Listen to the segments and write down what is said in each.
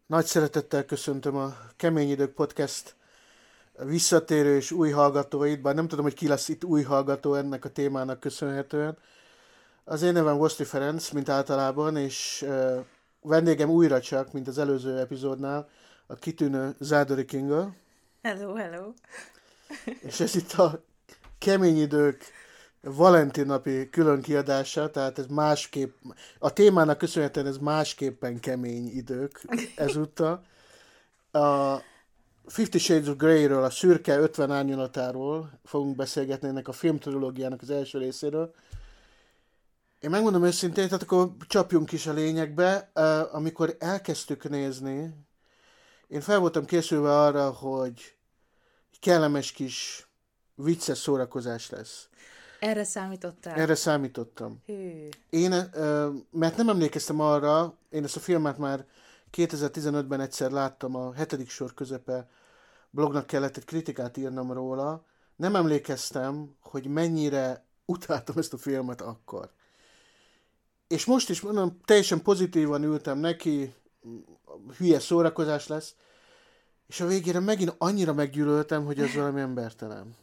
Nagy szeretettel köszöntöm a Kemény Idők Podcast visszatérő és új hallgatóit, bár nem tudom, hogy ki lesz itt új hallgató ennek a témának köszönhetően. Az én nevem Voszti Ferenc, mint általában, és vendégem újra csak, mint az előző epizódnál, a kitűnő Zádori Kinga. Hello, hello. És ez itt a Kemény Idők Valentin napi külön kiadása, tehát ez másképp, a témának köszönhetően ez másképpen kemény idők ezúttal. A Fifty Shades of Grey-ről, a szürke 50 árnyalatáról fogunk beszélgetni ennek a filmtrilógiának az első részéről. Én megmondom őszintén, tehát akkor csapjunk is a lényegbe. Amikor elkezdtük nézni, én fel voltam készülve arra, hogy kellemes kis vicces szórakozás lesz. Erre számítottál? Erre számítottam. Hű. Én, mert nem emlékeztem arra, én ezt a filmet már 2015-ben egyszer láttam, a 7. sor közepe blognak kellett egy kritikát írnom róla. Nem emlékeztem, hogy mennyire utáltam ezt a filmet akkor. És most is mondom, teljesen pozitívan ültem neki, hülye szórakozás lesz, és a végére megint annyira meggyűlöltem, hogy ez valami embertelen.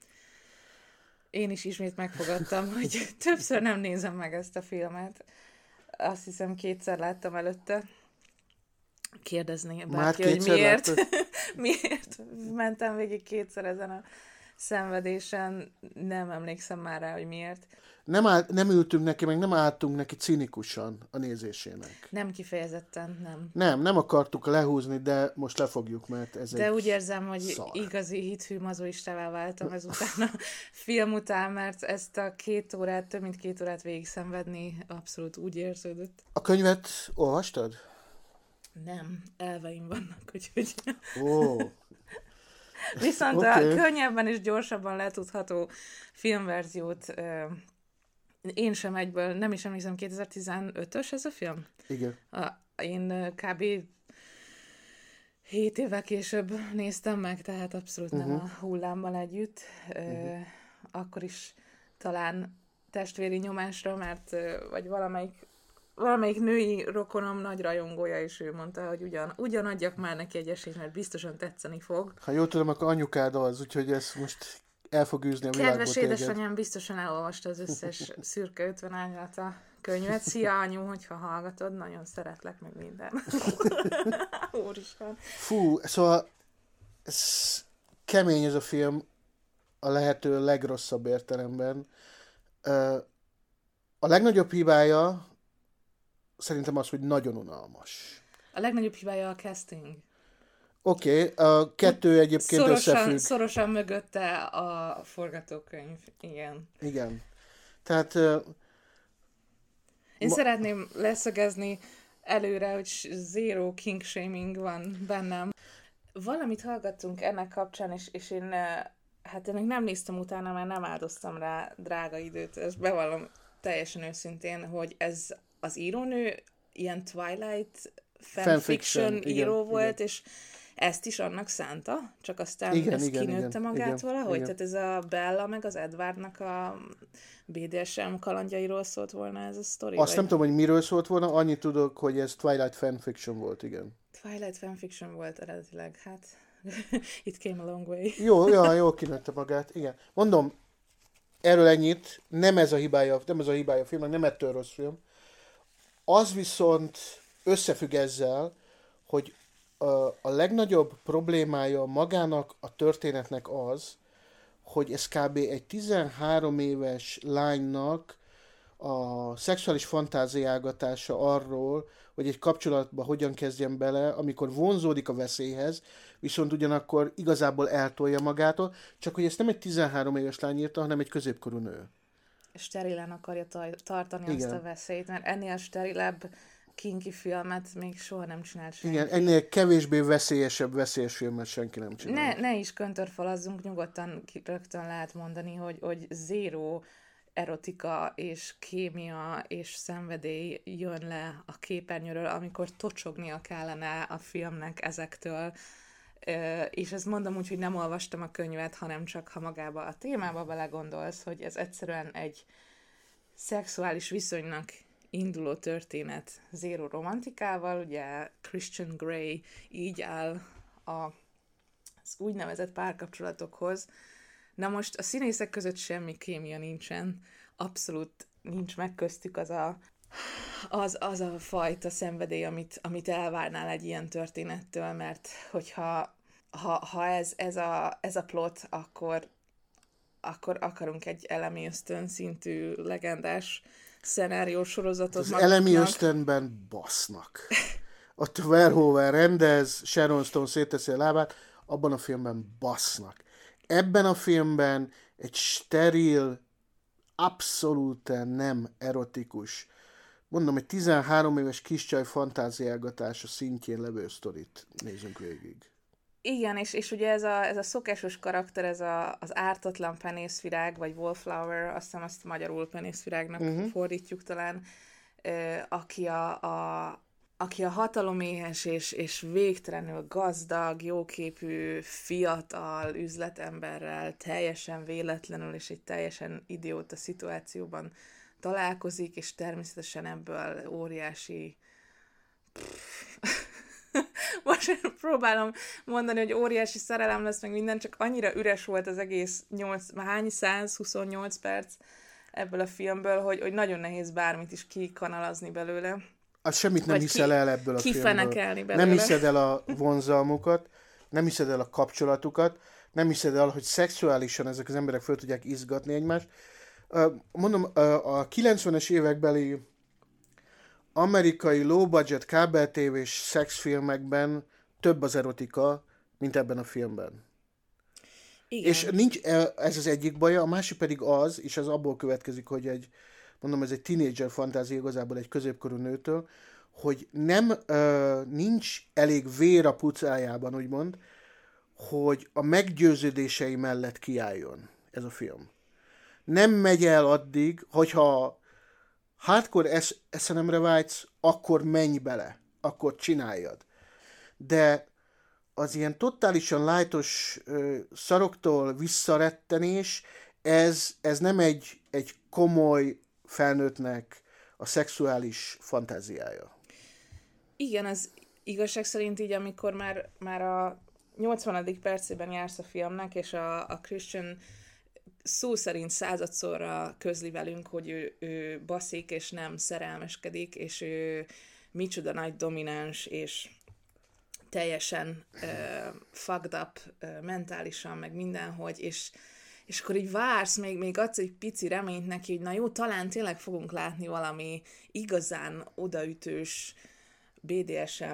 Én is ismét megfogadtam, hogy többször nem nézem meg ezt a filmet. Azt hiszem 2-szer láttam előtte. Kérdezné bárki, hogy miért. Miért mentem végig 2-szer ezen a szenvedésen. Nem emlékszem már rá, hogy miért. Nem ültünk neki, meg nem álltunk neki cinikusan a nézésének. Nem kifejezetten, Nem akartuk lehúzni, de most lefogjuk, mert ez de egy úgy érzem, hogy szar. Igazi hithű mazoistává váltam ezután a film után, mert ezt a 2 órát, több mint 2 órát végig szenvedni abszolút úgy érződött. A könyvet olvastad? Nem, elveim vannak, úgyhogy... Ó. Viszont Okay. A könnyebben és gyorsabban letudható filmverziót én sem egyből, nem is emlékszem, 2015-ös ez a film? Igen. Én kb. 7 évvel később néztem meg, tehát abszolút nem a hullámmal együtt. Akkor is talán testvéri nyomásra, mert vagy valamelyik női rokonom nagy rajongója, és ő mondta, hogy ugyan adjak már neki egy esélyt, mert biztosan tetszeni fog. Ha jól tudom, akkor anyukád az, úgyhogy ez most el fog űzni a világból Kedves téged. édesanyám biztosan elolvasta az összes szürke 50 árnyalata könyvet. Szia, anyu, hogyha hallgatod, nagyon szeretlek, meg minden. Úristen. Fú, szóval ez kemény ez a film a lehető legrosszabb értelemben. A legnagyobb hibája szerintem az, hogy nagyon unalmas. A legnagyobb hibája a casting. Oké, a kettő egyébként összefügg. Szorosan mögötte a forgatókönyv, igen. Igen. Tehát... Én szeretném leszögezni előre, hogy zero kink shaming van bennem. Valamit hallgattunk ennek kapcsán, és én még nem néztem utána, mert nem áldoztam rá drága időt. Ezt bevallom teljesen őszintén, hogy ez az írónő ilyen Twilight fanfiction író volt, és ezt is annak szánta, csak aztán ez kinőtte magát valahogy. Igen. Tehát ez a Bella meg az Edwardnak a BDSM kalandjairól szólt volna ez a sztori? Azt nem tudom, hogy miről szólt volna, annyit tudok, hogy ez Twilight fanfiction volt, igen. Twilight fanfiction volt eredetileg, hát it came a long way. Jó kinőtte magát, igen. Mondom, erről ennyit, nem ez a hibája a filmnek, nem ettől rossz film. Az viszont összefügg ezzel, hogy a legnagyobb problémája magának a történetnek az, hogy ez kb. Egy 13 éves lánynak a szexuális fantáziálgatása arról, hogy egy kapcsolatba hogyan kezdjen bele, amikor vonzódik a veszélyhez, viszont ugyanakkor igazából eltolja magától, csak hogy ezt nem egy 13 éves lány írta, hanem egy középkorú nő. Sterilen akarja tartani azt a veszélyt, mert ennél sterilebb kinky filmet még soha nem csinált senki. Igen, ennél kevésbé veszélyes filmet senki nem csinál. Ne is köntörfalazzunk, nyugodtan rögtön lehet mondani, hogy zéró erotika és kémia és szenvedély jön le a képernyőről, amikor tocsognia kellene a filmnek ezektől. És ezt mondom úgy, hogy nem olvastam a könyvet, hanem csak ha magába a témába belegondolsz, hogy ez egyszerűen egy szexuális viszonynak induló történet zéró romantikával, ugye Christian Grey így áll az úgynevezett párkapcsolatokhoz. Na most a színészek között semmi kémia nincsen, abszolút nincs meg köztük az a fajta szenvedély, amit elvárnál egy ilyen történettől, mert hogyha ez a plot, akkor akarunk egy Elemi Ösztön szintű legendás szenárió sorozatot az magunknak. Elemi Ösztönben basznak. Ott Verhoeven rendez, Sharon Stone szétteszi a lábát, abban a filmben basznak. Ebben a filmben egy steril, abszolút nem erotikus, mondom, egy 13 éves kiscsaj fantáziálgatása szintjén levő sztorit nézzünk végig. Igen, és ugye ez a szokásos karakter, az ártatlan penészvirág, vagy wallflower, azt hiszem azt magyarul penészvirágnak fordítjuk talán, aki a hataloméhes és végtelenül gazdag, jóképű, fiatal üzletemberrel teljesen véletlenül és egy teljesen idióta szituációban találkozik, és természetesen ebből óriási... Most próbálom mondani, hogy óriási szerelem lesz, meg minden, csak annyira üres volt az egész 128 perc ebből a filmből, hogy nagyon nehéz bármit is kikanalazni belőle. Az semmit nem hiszel el ebből a filmből. Kifenekelni belőle. Nem hiszed el a vonzalmukat, nem hiszed el a kapcsolatukat, nem hiszed el, hogy szexuálisan ezek az emberek föl tudják izgatni egymást. Mondom, a 90-es évekbeli amerikai low-budget kábeltévés szexfilmekben több az erotika, mint ebben a filmben. Igen. És nincs, ez az egyik baja, a másik pedig az, és az abból következik, hogy ez egy tínédzser fantázia igazából egy középkorú nőtől, hogy nincs elég vér a pucájában, úgymond, hogy a meggyőződései mellett kiálljon ez a film. Nem megy el addig, hogyha hardcore eszenemre vágysz, akkor menj bele, akkor csináljad. De az ilyen totálisan lightos szaroktól visszarettenés, ez nem egy komoly felnőttnek a szexuális fantáziája. Igen, az igazság szerint így, amikor már a 80. percében jársz a filmnek, és a Christian szó szerint századszorra közli velünk, hogy ő baszik, és nem szerelmeskedik, és ő micsoda nagy domináns, és teljesen fucked up mentálisan, meg mindenhogy, és akkor így vársz, még adsz egy pici reményt neki, hogy na jó, talán tényleg fogunk látni valami igazán odaütős BDSM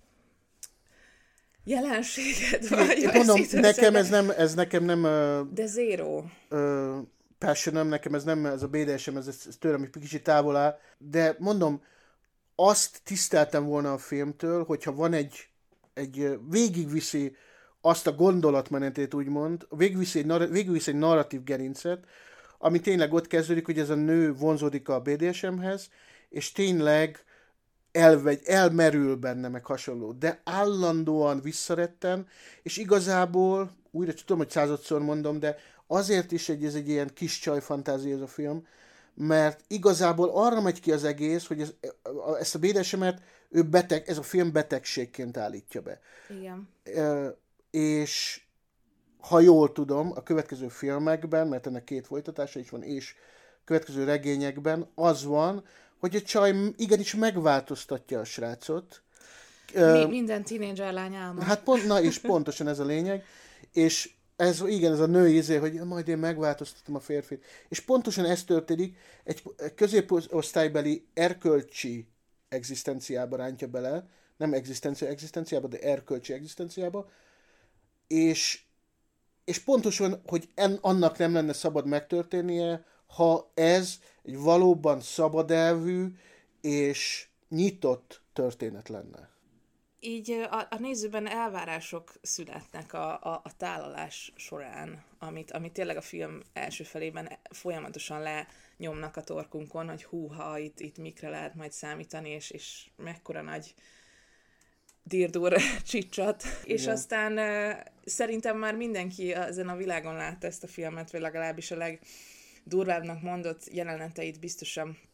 jelenséget, vagy mondom, nekem nem de zero. Passionem, nekem ez nem, ez a BDSM, ez tőlem egy kicsit távol áll, de mondom, azt tiszteltem volna a filmtől, hogyha van egy végigviszi azt a gondolatmenetét, úgymond, végigviszi egy narratív gerincet, ami tényleg ott kezdődik, hogy ez a nő vonzódik a BDSM-hez, és tényleg elmerül benne, meg hasonló. De állandóan visszaretten, és igazából, újra tudom, hogy századszor mondom, de azért is ez egy ilyen kis csaj fantázia ez a film, mert igazából arra megy ki az egész, hogy ezt a BDSM-et ez a film betegségként állítja be. Igen. És ha jól tudom, a következő filmekben, mert ennek 2 folytatása is van, és következő regényekben az van, hogy a csaj igenis megváltoztatja a srácot. Minden tínédzser lány álma. Hát és pontosan ez a lényeg. És ez a női hogy majd én megváltoztatom a férfit. És pontosan ez történik, egy középosztálybeli erkölcsi egzisztenciába rántja bele, nem egzisztenciába, de erkölcsi egzisztenciába, és pontosan, hogy annak nem lenne szabad megtörténnie, ha ez egy valóban szabadelvű és nyitott történet lenne. Így a nézőben elvárások születnek a tálalás során, amit tényleg a film első felében folyamatosan lenyomnak a torkunkon, hogy húha, itt mikre lehet majd számítani, és mekkora nagy dirdur csicsat. És aztán szerintem már mindenki ezen a világon látta ezt a filmet, vagy legalábbis a legdurvábbnak mondott jeleneteit biztosan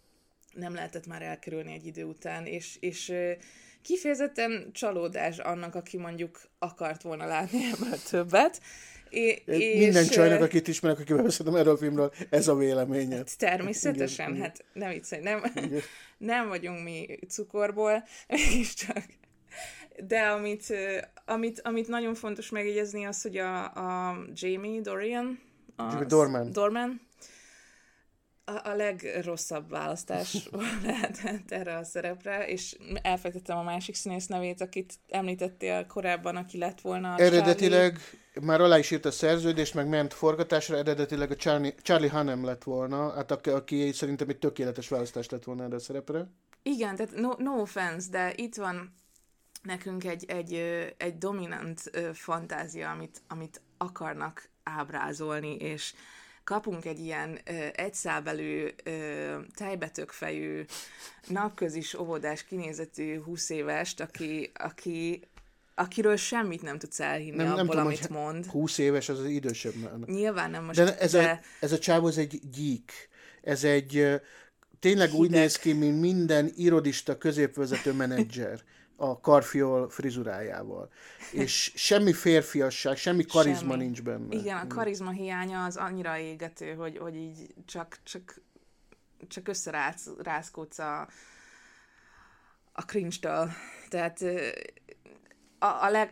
nem lehetett már elkerülni egy idő után, és kifejezetten csalódás annak, aki mondjuk akart volna látni ebből többet. Minden csajnak, akit ismerek, akivel beszéltem erről a filmről, ez a véleménye. Természetesen, Igen, hát nem viccelj, nem vagyunk mi cukorból, mégiscsak. De amit nagyon fontos megjegyezni az, hogy a Jamie Dornan a legrosszabb választás lehetett erre a szerepre, és elfejtettem a másik színész nevét, akit említettél korábban, aki lett volna a eredetileg már alá is írt a szerződést, meg ment forgatásra, eredetileg a Charlie Hunnam lett volna, hát aki szerintem egy tökéletes választás lett volna erre a szerepre. Igen, tehát no offense, de itt van nekünk egy dominant fantázia, amit akarnak ábrázolni, és kapunk egy ilyen egyszábelű, tejbetökfejű, napközis óvodás kinézetű 20 évest, akiről semmit nem tudsz elhinni abból, tudom, amit mond. 20 éves, az idősebb már. Nyilván nem most. De ez a csávó, ez egy geek. Ez egy tényleg hideg. Úgy néz ki, mint minden irodista középvezető menedzser a karfiol frizurájával. És semmi férfiasság, semmi karizma nincs benne. Igen, a karizma hiánya az annyira égető, hogy így csak összerázkódsz a cringe-től. Tehát a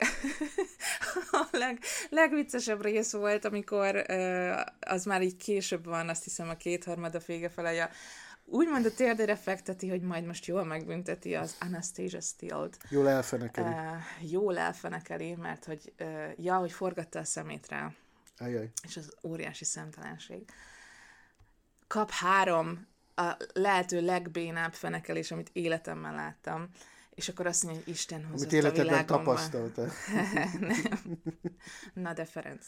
legviccesebb rész volt, amikor az már így később van, azt hiszem a 2/3 vége fele, úgymond a térdére fekteti, hogy majd most jól megbünteti az Anastasia Steele-t. Jól elfenekeli. Mert hogy hogy forgatta a szemét rá. Ajaj. És az óriási szemtelenség. Kap 3 a lehető legbénább fenekelés, amit életemben láttam. És akkor azt mondja, hogy Isten hozott amit a világomban. Amit életedben tapasztaltál. Na de Ferenc.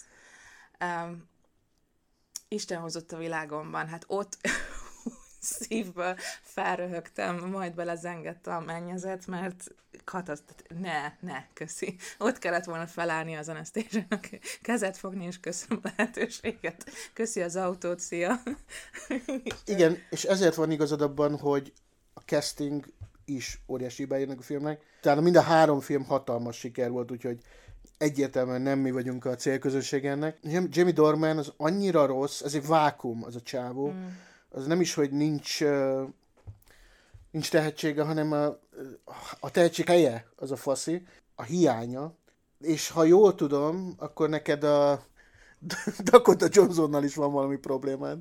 Isten hozott a világomban. Hát ott szívből felröhögtem, majd belezengett a mennyezet, mert ne, köszi. Ott kellett volna felállni az Anastasia-nak, kezet fogni, és köszönöm a lehetőséget. Köszi az autót, szia. Igen, és ezért van igazad abban, hogy a casting is óriási hibája a filmnek. Tehát mind a 3 film hatalmas siker volt, úgyhogy egyértelműen nem mi vagyunk a célközönség ennek. Jamie Dornan az annyira rossz, ez egy vákum az a csávó. Az nem is, hogy nincs tehetsége, hanem a tehetség helye az a faszi, a hiánya. És ha jól tudom, akkor neked a Dakota Johnsonnal is van valami problémád.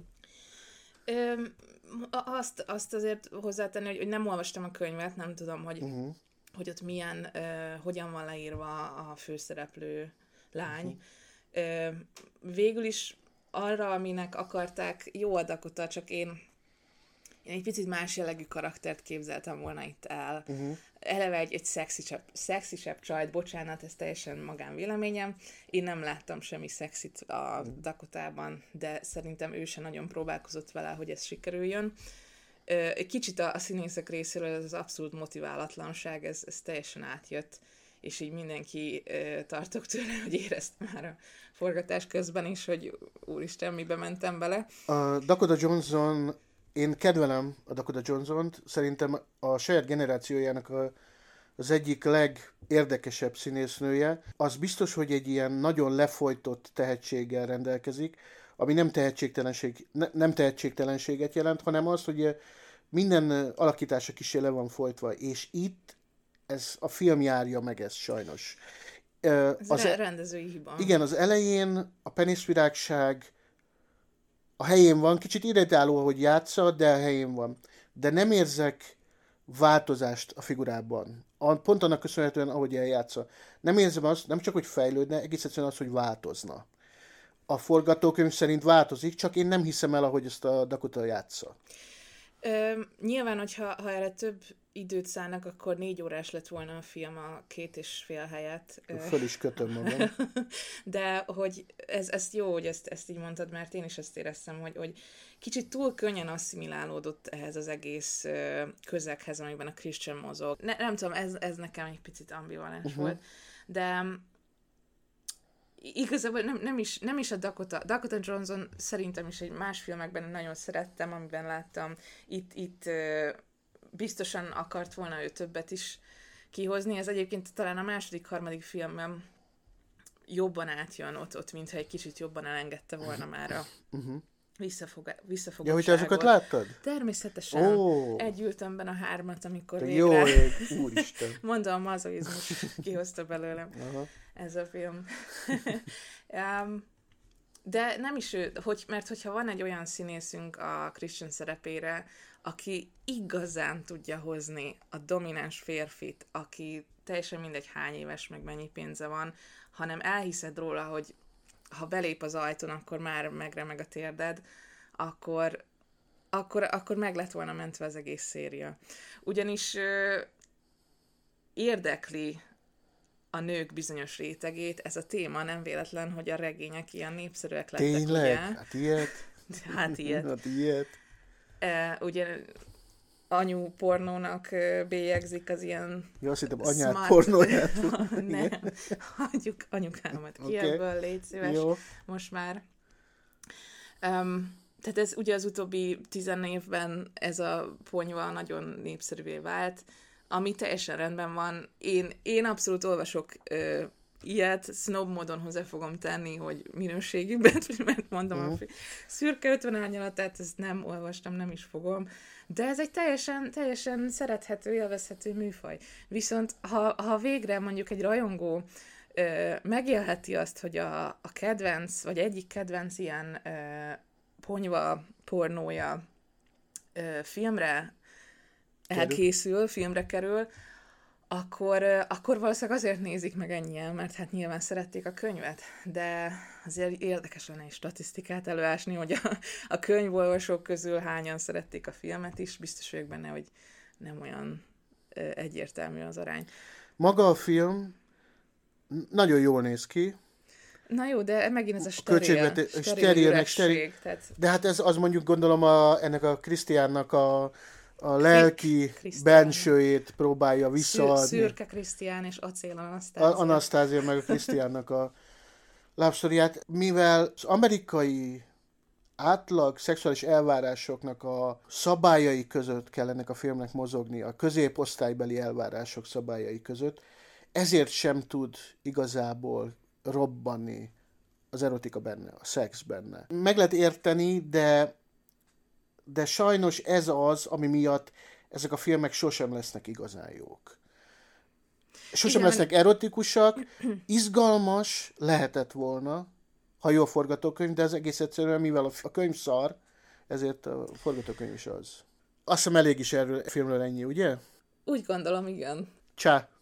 Azt azért hozzátenni, hogy nem olvastam a könyvet, nem tudom, hogy ott hogyan van leírva a főszereplő lány. Végül is arra, aminek akarták, jó a Dakota, csak én egy picit más jellegű karaktert képzeltem volna itt el. Eleve egy szexisebb csajt, bocsánat, ez teljesen magánvéleményem. Én nem láttam semmi szexit a Dakotában, de szerintem ő se nagyon próbálkozott vele, hogy ez sikerüljön. Kicsit a színészek részéről az abszolút motiválatlanság, ez teljesen átjött, és így mindenki tartok tőle, hogy érezte már a forgatás közben is, hogy úristen, mibe mentem bele. A Dakota Johnson, én kedvelem a Dakota Johnsont, szerintem a saját generációjának az egyik legérdekesebb színésznője. Az biztos, hogy egy ilyen nagyon lefolytott tehetséggel rendelkezik, ami nem tehetségtelenséget jelent, hanem az, hogy minden alakítása kissé le van folytva, és itt ez a film járja meg ezt sajnos. Ez rendezői hiba. Igen, az elején a penészvirágság a helyén van, kicsit irritáló, hogy játsza, de a helyén van. De nem érzek változást a figurában. Pont annak köszönhetően, ahogy eljátsza. Nem érzem azt, nem csak, hogy fejlődne, egész egyszerűen az, hogy változna. A forgatókönyv szerint változik, csak én nem hiszem el, ahogy ezt a Dakota játsza. Nyilván, hogyha erre több időt szánnak, akkor 4 órás lett volna a film a 2,5 helyett. Föl is kötöm magam. De hogy ez jó, hogy ezt így mondtad, mert én is ezt éreztem, hogy kicsit túl könnyen asszimilálódott ehhez az egész közeghez, amiben a Christian mozog. Nem tudom, ez nekem egy picit ambivalens volt. De igazából nem is a Dakota Johnson szerintem is egy más filmekben nagyon szerettem, amiben láttam. Itt biztosan akart volna ő többet is kihozni. Ez egyébként talán a második-harmadik filmem jobban átjön ott, mintha egy kicsit jobban elengedte volna már a visszafogottságot. Ja, hogy te azokat láttad? Természetesen. Egy ültömben a 3-at, amikor végre... Jó úristen. Mondom, a mazoizmus kihozta belőlem ez a film. De nem is ő, mert hogyha van egy olyan színészünk a Christian szerepére, aki igazán tudja hozni a domináns férfit, aki teljesen mindegy hány éves, meg mennyi pénze van, hanem elhiszed róla, hogy ha belép az ajtón, akkor már megremeg a térded, akkor meg lett volna mentve az egész széria. Ugyanis érdekli a nők bizonyos rétegét, ez a téma, nem véletlen, hogy a regények ilyen népszerűek lettek. Tényleg? Ugye? Hát ilyet? Hát ilyet. Ugye anyu pornónak bélyegzik az ilyen... Ja, azt hittem anyád pornóját. Nem, hagyjuk anyukámat ki ebből, légy szíves. Jó. Most már. Tehát ez ugye az utóbbi 10 évben ez a ponyva nagyon népszerűvé vált, ami teljesen rendben van. Én abszolút olvasok ilyet, snob módon hozzá fogom tenni, hogy minőségűben, mert mondom, a Szürke 50 árnyalatát, ezt nem olvastam, nem is fogom, de ez egy teljesen szerethető, élvezhető műfaj. Viszont ha végre mondjuk egy rajongó megélheti azt, hogy a kedvenc, vagy egyik kedvenc ilyen ponyva pornója filmre elkészül, filmre kerül, akkor valószínűleg azért nézik meg ennyien, mert hát nyilván szerették a könyvet, de azért érdekes lenne egy statisztikát előásni, hogy a könyvolvasók közül hányan szerették a filmet is, biztos vagyok benne, hogy nem olyan egyértelmű az arány. Maga a film nagyon jól néz ki. Na jó, de megint ez a steril. De hát ez az mondjuk gondolom ennek a Krisztiánnak a lelki bensőjét próbálja visszaadni. Szürke Krisztián és Acél Anasztázia. Anasztázia meg a Krisztiánnak a lábsztoriát. Mivel az amerikai átlag szexuális elvárásoknak a szabályai között kell ennek a filmnek mozogni, a középosztálybeli elvárások szabályai között, ezért sem tud igazából robbanni az erotika benne, a szex benne. Meg lehet érteni, de sajnos ez az, ami miatt ezek a filmek sosem lesznek igazán jók. Sosem lesznek erotikusak, izgalmas lehetett volna, ha jó a forgatókönyv, de ez egész egyszerűen, mivel a könyv szar, ezért a forgatókönyv is az. Azt hiszem elég is erről a filmről ennyi, ugye? Úgy gondolom, igen. Csá!